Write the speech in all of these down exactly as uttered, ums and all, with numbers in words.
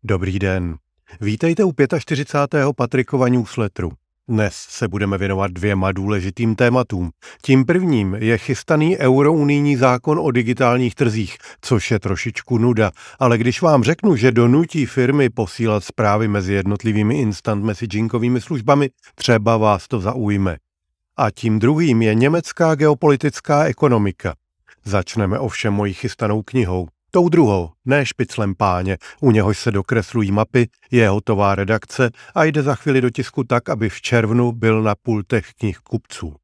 Dobrý den. Vítejte u čtyřicátého pátého Patrikova newsletteru. Dnes se budeme věnovat dvěma důležitým tématům. Tím prvním je chystaný eurounijní zákon o digitálních trzích, což je trošičku nuda, ale když vám řeknu, že donutí firmy posílat zprávy mezi jednotlivými instant messagingovými službami, třeba vás to zaujme. A tím druhým je německá geopolitická ekonomika. Začneme ovšem mojí chystanou knihou. Tou druhou, ne Špiclem páně, u něhož se dokreslují mapy, je hotová redakce a jde za chvíli do tisku tak, aby v červnu byl na pultech knih kupců.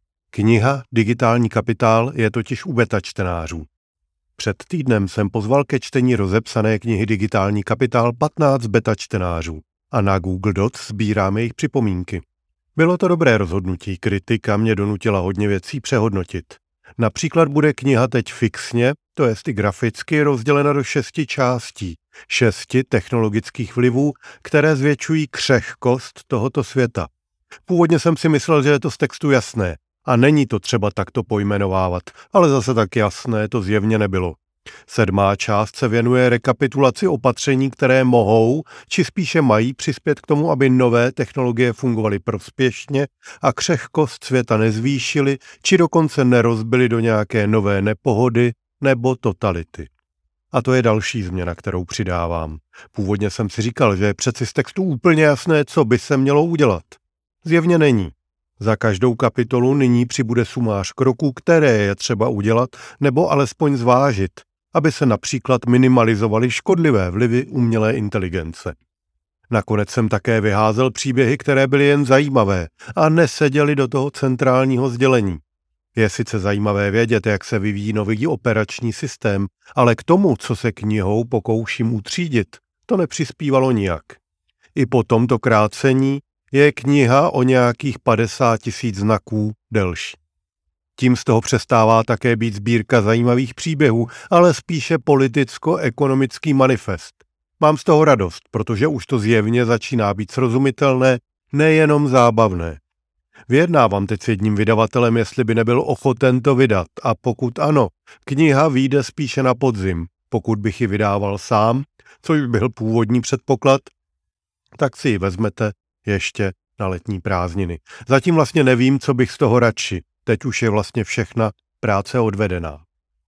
Kniha Digitální kapitál je totiž u beta čtenářů. Před týdnem jsem pozval ke čtení rozepsané knihy Digitální kapitál patnáct beta čtenářů a na Google Docs sbírám jejich připomínky. Bylo to dobré rozhodnutí, kritika mě donutila hodně věcí přehodnotit. Například bude kniha teď fixně, to jest i graficky, rozdělena do šesti částí, šesti technologických vlivů, které zvětšují křehkost tohoto světa. Původně jsem si myslel, že je to z textu jasné a není to třeba takto pojmenovávat, ale zase tak jasné to zjevně nebylo. Sedmá část se věnuje rekapitulaci opatření, které mohou, či spíše mají přispět k tomu, aby nové technologie fungovaly prospěšně a křehkost světa nezvýšily, či dokonce nerozbily do nějaké nové nepohody nebo totality. A to je další změna, kterou přidávám. Původně jsem si říkal, že je přeci z textu úplně jasné, co by se mělo udělat. Zjevně není. Za každou kapitolu nyní přibude sumář kroků, které je třeba udělat nebo alespoň zvážit, aby se například minimalizovaly škodlivé vlivy umělé inteligence. Nakonec jsem také vyházel příběhy, které byly jen zajímavé a neseděly do toho centrálního sdělení. Je sice zajímavé vědět, jak se vyvíjí nový operační systém, ale k tomu, co se knihou pokouším utřídit, to nepřispívalo nijak. I po tomto krácení je kniha o nějakých padesát tisíc znaků delší. Tím z toho přestává také být sbírka zajímavých příběhů, ale spíše politicko-ekonomický manifest. Mám z toho radost, protože už to zjevně začíná být srozumitelné, nejenom zábavné. Vyjednávám teď s jedním vydavatelem, jestli by nebyl ochoten to vydat, a pokud ano, kniha vyjde spíše na podzim. Pokud bych ji vydával sám, což byl původní předpoklad, tak si ji vezmete ještě na letní prázdniny. Zatím vlastně nevím, co bych z toho radši. Teď už je vlastně všechna práce odvedená.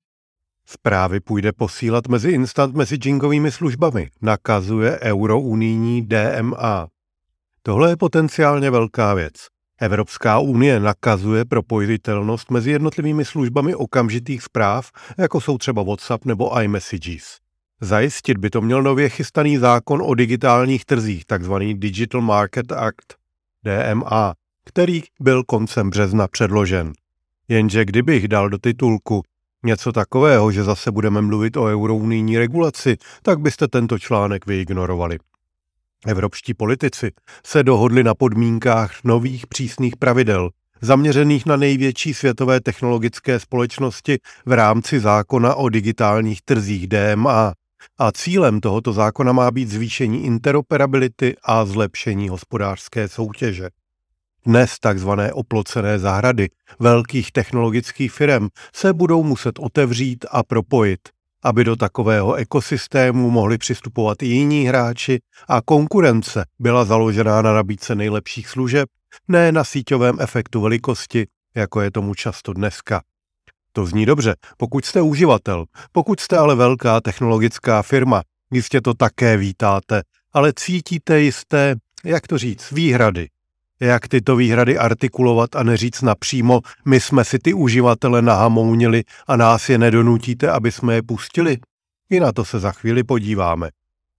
Zprávy půjde posílat mezi instant messagingovými službami, nakazuje eurounijní D M A. Tohle je potenciálně velká věc. Evropská unie nakazuje propojitelnost mezi jednotlivými službami okamžitých zpráv, jako jsou třeba WhatsApp nebo iMessages. Zajistit by to měl nově chystaný zákon o digitálních trzích, takzvaný Digital Market Act, D M A, který byl koncem března předložen. Jenže kdybych dal do titulku něco takového, že zase budeme mluvit o eurounijní regulaci, tak byste tento článek vyignorovali. Evropští politici se dohodli na podmínkách nových přísných pravidel, zaměřených na největší světové technologické společnosti v rámci zákona o digitálních trzích D M A. A cílem tohoto zákona má být zvýšení interoperability a zlepšení hospodářské soutěže. Dnes takzvané oplocené zahrady velkých technologických firem se budou muset otevřít a propojit, aby do takového ekosystému mohli přistupovat i jiní hráči a konkurence byla založená na nabídce nejlepších služeb, ne na síťovém efektu velikosti, jako je tomu často dneska. To zní dobře, pokud jste uživatel, pokud jste ale velká technologická firma, jistě to také vítáte, ale cítíte jisté, jak to říct, výhrady. Jak tyto výhrady artikulovat a neříct napřímo, my jsme si ty uživatele nahamounili a nás je nedonutíte, aby jsme je pustili? I na to se za chvíli podíváme.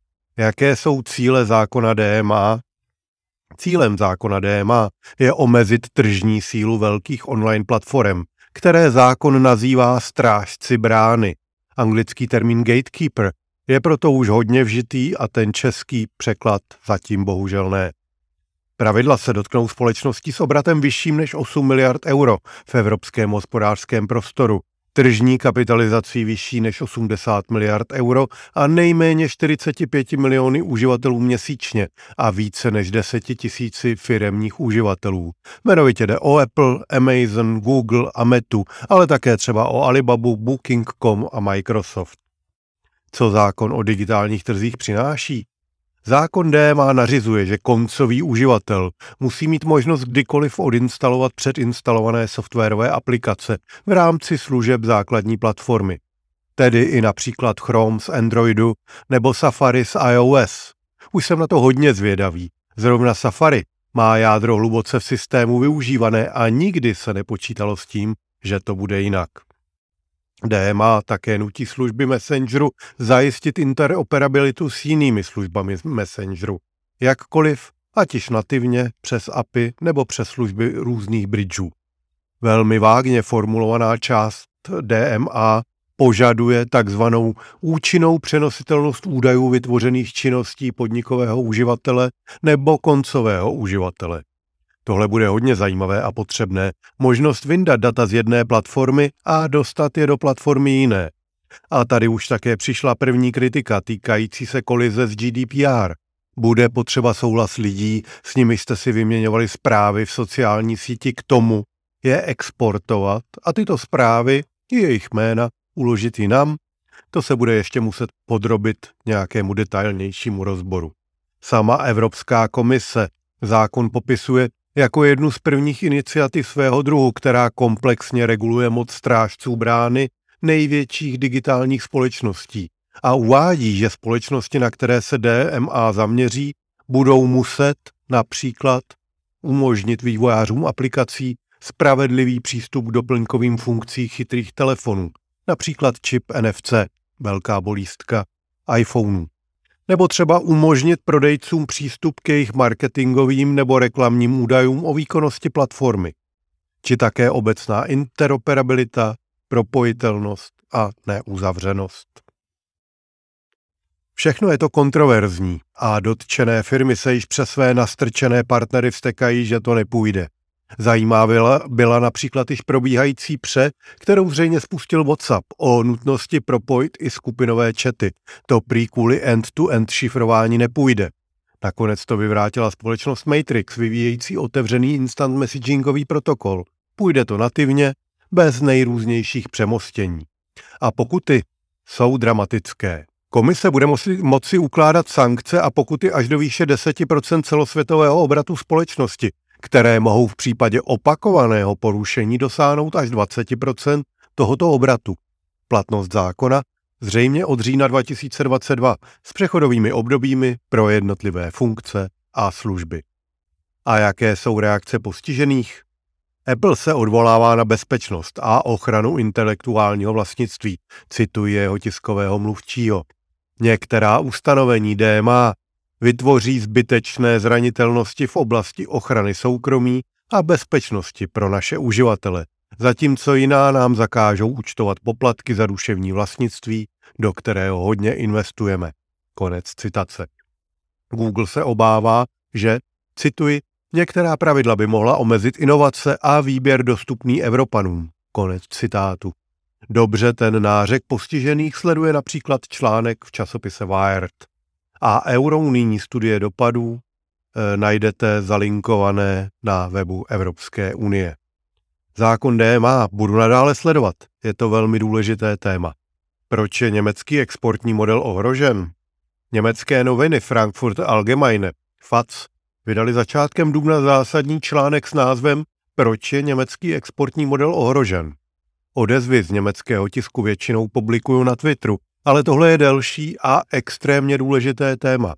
Jaké jsou cíle zákona D M A? Cílem zákona D M A je omezit tržní sílu velkých online platform, které zákon nazývá strážci brány. Anglický termín gatekeeper je proto už hodně vžitý a ten český překlad zatím bohužel ne. Pravidla se dotknou společností s obratem vyšším než osm miliard euro v evropském hospodářském prostoru, tržní kapitalizací vyšší než osmdesát miliard euro a nejméně čtyřicet pět miliony uživatelů měsíčně a více než deset tisíci firemních uživatelů. Jmenovitě jde o Apple, Amazon, Google a Metu, ale také třeba o Alibabu, Booking tečka com a Microsoft. Co zákon o digitálních trzích přináší? Zákon D M A nařizuje, že koncový uživatel musí mít možnost kdykoliv odinstalovat předinstalované softwarové aplikace v rámci služeb základní platformy. Tedy i například Chrome z Androidu nebo Safari z iOS. Už jsem na to hodně zvědavý. Zrovna Safari má jádro hluboce v systému využívané a nikdy se nepočítalo s tím, že to bude jinak. D M A také nutí služby Messengeru zajistit interoperabilitu s jinými službami Messengeru. Jakkoliv, ať již nativně, přes A P I nebo přes služby různých bridgeů. Velmi vágně formulovaná část D M A požaduje takzvanou účinnou přenositelnost údajů vytvořených činností podnikového uživatele nebo koncového uživatele. Tohle bude hodně zajímavé a potřebné. Možnost vyndat data z jedné platformy a dostat je do platformy jiné. A tady už také přišla první kritika týkající se kolize s G D P R. Bude potřeba souhlas lidí, s nimi jste si vyměňovali zprávy v sociální síti k tomu, je exportovat a tyto zprávy i jejich jména uložit jinam. To se bude ještě muset podrobit nějakému detailnějšímu rozboru. Sama Evropská komise zákon popisuje jako jednu z prvních iniciativ svého druhu, která komplexně reguluje moc strážců brány největších digitálních společností a uvádí, že společnosti, na které se D M A zaměří, budou muset například umožnit vývojářům aplikací spravedlivý přístup k doplňkovým funkcím chytrých telefonů, například čip N F C, velká bolístka iPhoneu. Nebo třeba umožnit prodejcům přístup k jejich marketingovým nebo reklamním údajům o výkonnosti platformy, či také obecná interoperabilita, propojitelnost a neuzavřenost. Všechno je to kontroverzní a dotčené firmy se již přes své nastrčené partnery vztekají, že to nepůjde. Zajímavá byla, byla například již probíhající pře, kterou zřejmě spustil WhatsApp o nutnosti propojit i skupinové chaty. To prý kvůli end-to-end šifrování nepůjde. Nakonec to vyvrátila společnost Matrix, vyvíjející otevřený instant messagingový protokol. Půjde to nativně, bez nejrůznějších přemostění. A pokuty jsou dramatické. Komise bude moci, moci ukládat sankce a pokuty až do výše deset procent celosvětového obratu společnosti, které mohou v případě opakovaného porušení dosáhnout až dvacet procent tohoto obratu. Platnost zákona zřejmě od října dva tisíce dvacet dva s přechodovými obdobími pro jednotlivé funkce a služby. A jaké jsou reakce postižených? Apple se odvolává na bezpečnost a ochranu intelektuálního vlastnictví, cituji jeho tiskového mluvčího. Některá ustanovení D M A vytvoří zbytečné zranitelnosti v oblasti ochrany soukromí a bezpečnosti pro naše uživatele, zatímco jiná nám zakážou účtovat poplatky za duševní vlastnictví, do kterého hodně investujeme. Konec citace. Google se obává, že, cituji, některá pravidla by mohla omezit inovace a výběr dostupný Evropanům. Konec citátu. Dobře ten nářek postižených sleduje například článek v časopise Wired. A eurounijní studie dopadů e, najdete zalinkované na webu Evropské unie. Zákon D M A budu nadále sledovat, je to velmi důležité téma. Proč je německý exportní model ohrožen? Německé noviny Frankfurt Allgemeine, F A Z, vydali začátkem dubna zásadní článek s názvem Proč je německý exportní model ohrožen? Odezvy z německého tisku většinou publikuju na Twitteru, ale tohle je delší a extrémně důležité téma.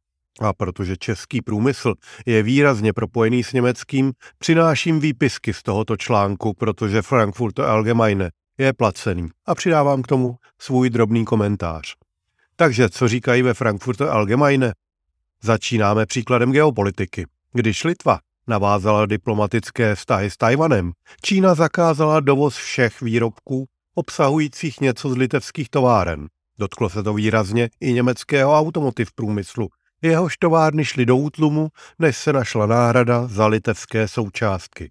A protože český průmysl je výrazně propojený s německým, přináším výpisky z tohoto článku, protože Frankfurt Allgemeine je placený a přidávám k tomu svůj drobný komentář. Takže co říkají ve Frankfurt Allgemeine? Začínáme příkladem geopolitiky. Když Litva navázala diplomatické vztahy s Tajvanem, Čína zakázala dovoz všech výrobků obsahujících něco z litevských továren. Dotklo se to výrazně i německého automotiv průmyslu. Jehož továrny šly do útlumu, než se našla náhrada za litevské součástky.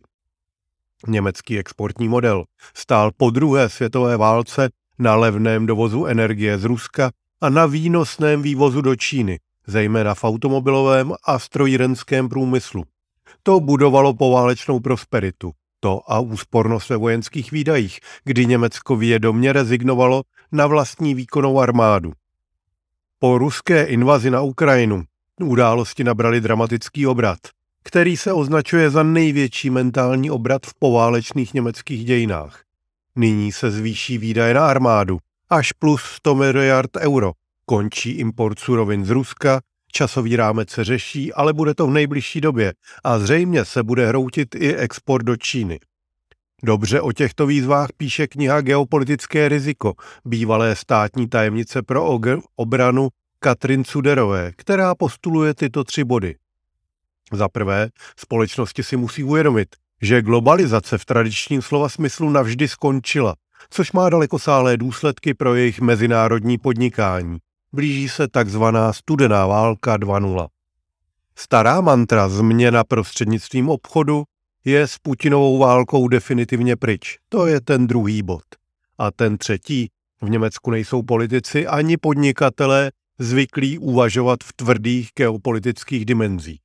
Německý exportní model stál po druhé světové válce na levném dovozu energie z Ruska a na výnosném vývozu do Číny, zejména v automobilovém a strojírenském průmyslu. To budovalo poválečnou prosperitu. To a úspornost ve vojenských výdajích, kdy Německo vědomě rezignovalo na vlastní výkonnou armádu. Po ruské invazi na Ukrajinu Události nabraly dramatický obrat, který se označuje za největší mentální obrat v poválečných německých dějinách. Nyní se zvýší výdaje na armádu až plus sto miliard euro. Končí import surovin z Ruska, časový rámec se řeší, ale bude to v nejbližší době a zřejmě se bude hroutit i export do Číny. Dobře o těchto výzvách píše kniha Geopolitické riziko bývalé státní tajemnice pro obranu Katrin Cuderové, která postuluje tyto tři body. Za prvé, společnosti si musí uvědomit, že globalizace v tradičním slova smyslu navždy skončila, což má dalekosáhlé důsledky pro jejich mezinárodní podnikání. Blíží se takzvaná studená válka dva tečka nula. Stará mantra změna prostřednictvím obchodu je s Putinovou válkou definitivně pryč. To je ten druhý bod. A ten třetí, v Německu nejsou politici ani podnikatelé zvyklí uvažovat v tvrdých geopolitických dimenzích.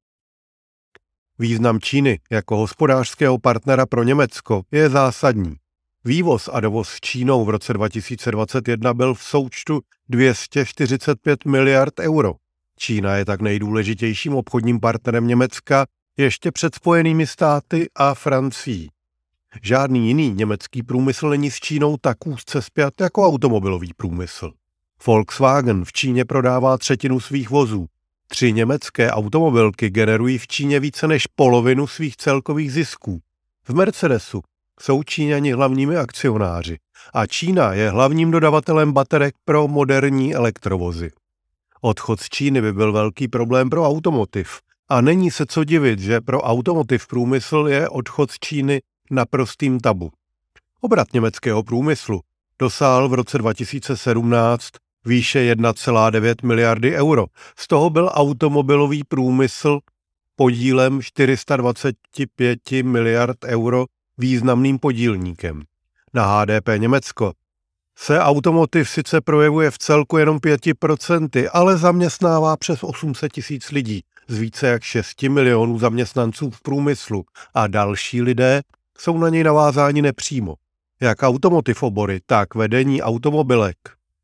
Význam Číny jako hospodářského partnera pro Německo je zásadní. Vývoz a dovoz s Čínou v roce dva tisíce dvacet jedna byl v součtu dvě stě čtyřicet pět miliard euro. Čína je tak nejdůležitějším obchodním partnerem Německa ještě před Spojenými státy a Francií. Žádný jiný německý průmysl není s Čínou tak úzce spjat jako automobilový průmysl. Volkswagen v Číně prodává třetinu svých vozů. Tři německé automobilky generují v Číně více než polovinu svých celkových zisků. V Mercedesu jsou Číňani hlavními akcionáři a Čína je hlavním dodavatelem baterek pro moderní elektrovozy. Odchod z Číny by byl velký problém pro automotiv a není se co divit, že pro automotiv průmysl je odchod z Číny naprostým tabu. Obrat německého průmyslu dosáhl v roce dva tisíce sedmnáct výše jedna celá devět miliardy euro. Z toho byl automobilový průmysl podílem čtyři sta dvacet pět miliard euro významným podílníkem. Na H D P Německo se automotiv sice projevuje v celku jenom pět procent, ale zaměstnává přes osm set tisíc lidí z více jak šest milionů zaměstnanců v průmyslu a další lidé jsou na něj navázáni nepřímo. Jak automotiv obory, tak vedení automobilek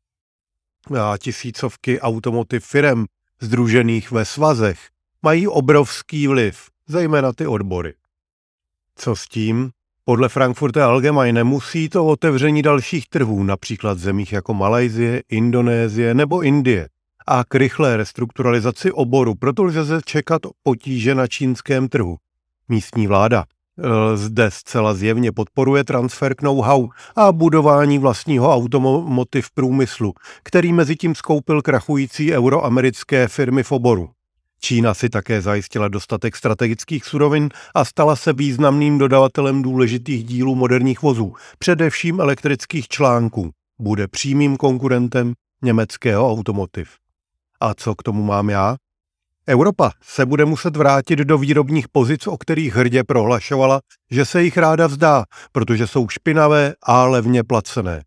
a tisícovky automotiv firem sdružených ve svazech mají obrovský vliv, zejména ty odbory. Co s tím? Podle Frankfurter Allgemeine musí to otevření dalších trhů, například v zemích jako Malajsie, Indonésie nebo Indie, a k rychlé restrukturalizaci oboru, proto lze čekat potíže na čínském trhu. Místní vláda zde zcela zjevně podporuje transfer k know-how a budování vlastního automotiv průmyslu, který mezitím skoupil krachující euroamerické firmy v oboru. Čína si také zajistila dostatek strategických surovin a stala se významným dodavatelem důležitých dílů moderních vozů, především elektrických článků. Bude přímým konkurentem německého automotiv. A co k tomu mám já? Evropa se bude muset vrátit do výrobních pozic, o kterých hrdě prohlašovala, že se jich ráda vzdá, protože jsou špinavé a levně placené.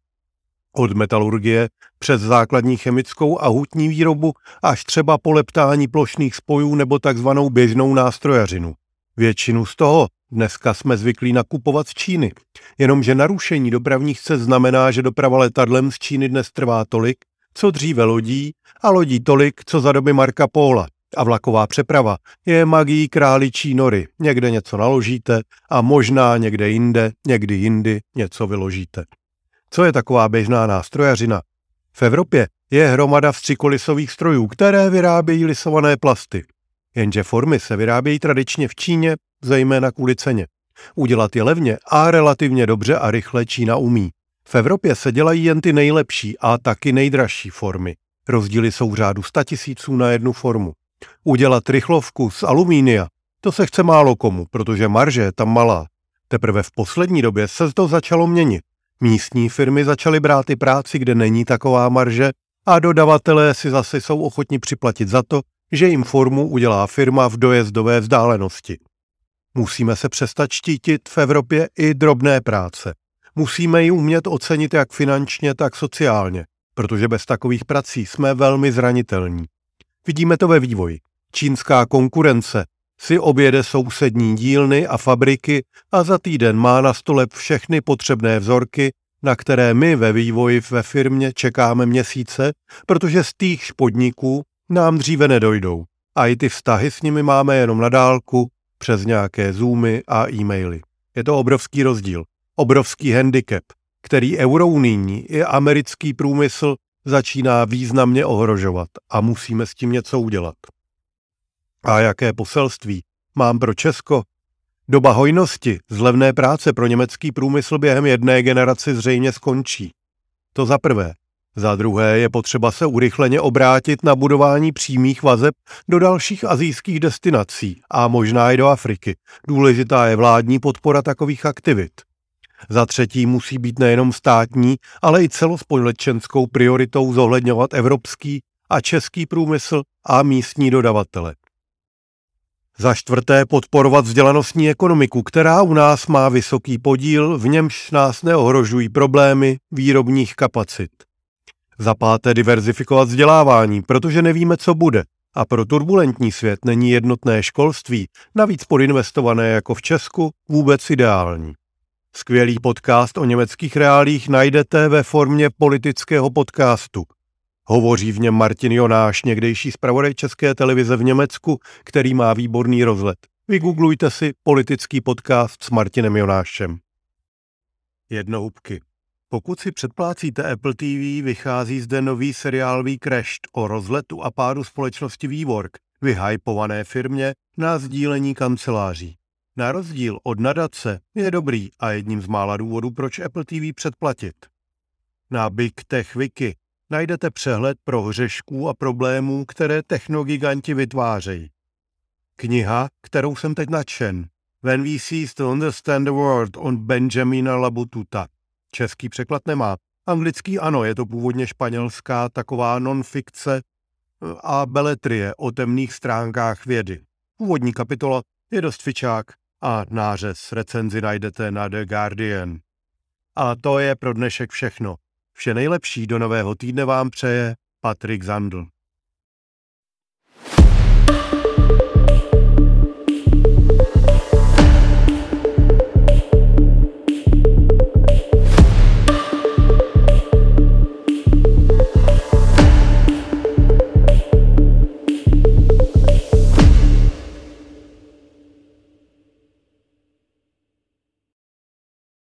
Od metalurgie přes základní chemickou a hutní výrobu až třeba po leptání plošných spojů nebo takzvanou běžnou nástrojařinu. Většinu z toho dneska jsme zvyklí nakupovat z Číny, jenomže narušení dopravních cest znamená, že doprava letadlem z Číny dnes trvá tolik, co dříve lodí, a lodí tolik, co za doby Marca Póla. A vlaková přeprava je magií králičí nory. Někde něco naložíte a možná někde jinde, někdy jindy něco vyložíte. Co je taková běžná nástrojařina? V Evropě je hromada vstřikolisových strojů, které vyrábějí lisované plasty. Jenže formy se vyrábějí tradičně v Číně, zejména kvůli ceně. Udělat je levně a relativně dobře a rychle Čína umí. V Evropě se dělají jen ty nejlepší a taky nejdražší formy. Rozdíly jsou v řádu statisíců na jednu formu. Udělat rychlovku z alumínia, to se chce málo komu, protože marže je tam malá. Teprve v poslední době se to začalo měnit. Místní firmy začaly brát i práci, kde není taková marže, a dodavatelé si zase jsou ochotni připlatit za to, že jim formu udělá firma v dojezdové vzdálenosti. Musíme se přestat štítit v Evropě i drobné práce. Musíme ji umět ocenit jak finančně, tak sociálně, protože bez takových prací jsme velmi zranitelní. Vidíme to ve vývoji. Čínská konkurence si objede sousední dílny a fabriky a za týden má na stole všechny potřebné vzorky, na které my ve vývoji ve firmě čekáme měsíce, protože z týchž podniků nám dříve nedojdou. A i ty vztahy s nimi máme jenom na dálku, přes nějaké zoomy a e-maily. Je to obrovský rozdíl, obrovský handicap, který eurounijní i americký průmysl začíná významně ohrožovat a musíme s tím něco udělat. A jaké poselství mám pro Česko? Doba hojnosti z levné práce pro německý průmysl během jedné generace zřejmě skončí. To za prvé. Za druhé je potřeba se urychleně obrátit na budování přímých vazeb do dalších asijských destinací a možná i do Afriky. Důležitá je vládní podpora takových aktivit. Za třetí musí být nejenom státní, ale i celospolečenskou prioritou zohledňovat evropský a český průmysl a místní dodavatele. Za čtvrté podporovat vzdělanostní ekonomiku, která u nás má vysoký podíl, v němž nás neohrožují problémy výrobních kapacit. Za páté diverzifikovat vzdělávání, protože nevíme, co bude. A pro turbulentní svět není jednotné školství, navíc podinvestované jako v Česku, vůbec ideální. Skvělý podcast o německých reálích najdete ve formě politického podcastu. Hovoří v něm Martin Jonáš, někdejší zpravodaj České televize v Německu, který má výborný rozhled. Vygooglujte si politický podcast s Martinem Jonášem. Jednohubky. Pokud si předplácíte Apple T V, vychází zde nový seriálový Crashed o rozletu a pádu společnosti WeWork, vyhypované firmě na sdílení kanceláří. Na rozdíl od nadace je dobrý a jedním z mála důvodů, proč Apple T V předplatit. Na Big Tech Wiki najdete přehled pro hřešků a problémů, které technogiganti vytvářejí. Kniha, kterou jsem teď nadšen. When we cease to understand the world od Benjamina Labututa. Český překlad nemá. Anglický ano, je to původně španělská taková non-fikce a beletrie o temných stránkách vědy. Původní kapitola je dost fičák a nářez recenzi najdete na The Guardian. A to je pro dnešek všechno. Vše nejlepší do nového týdne vám přeje Patrik Zandl.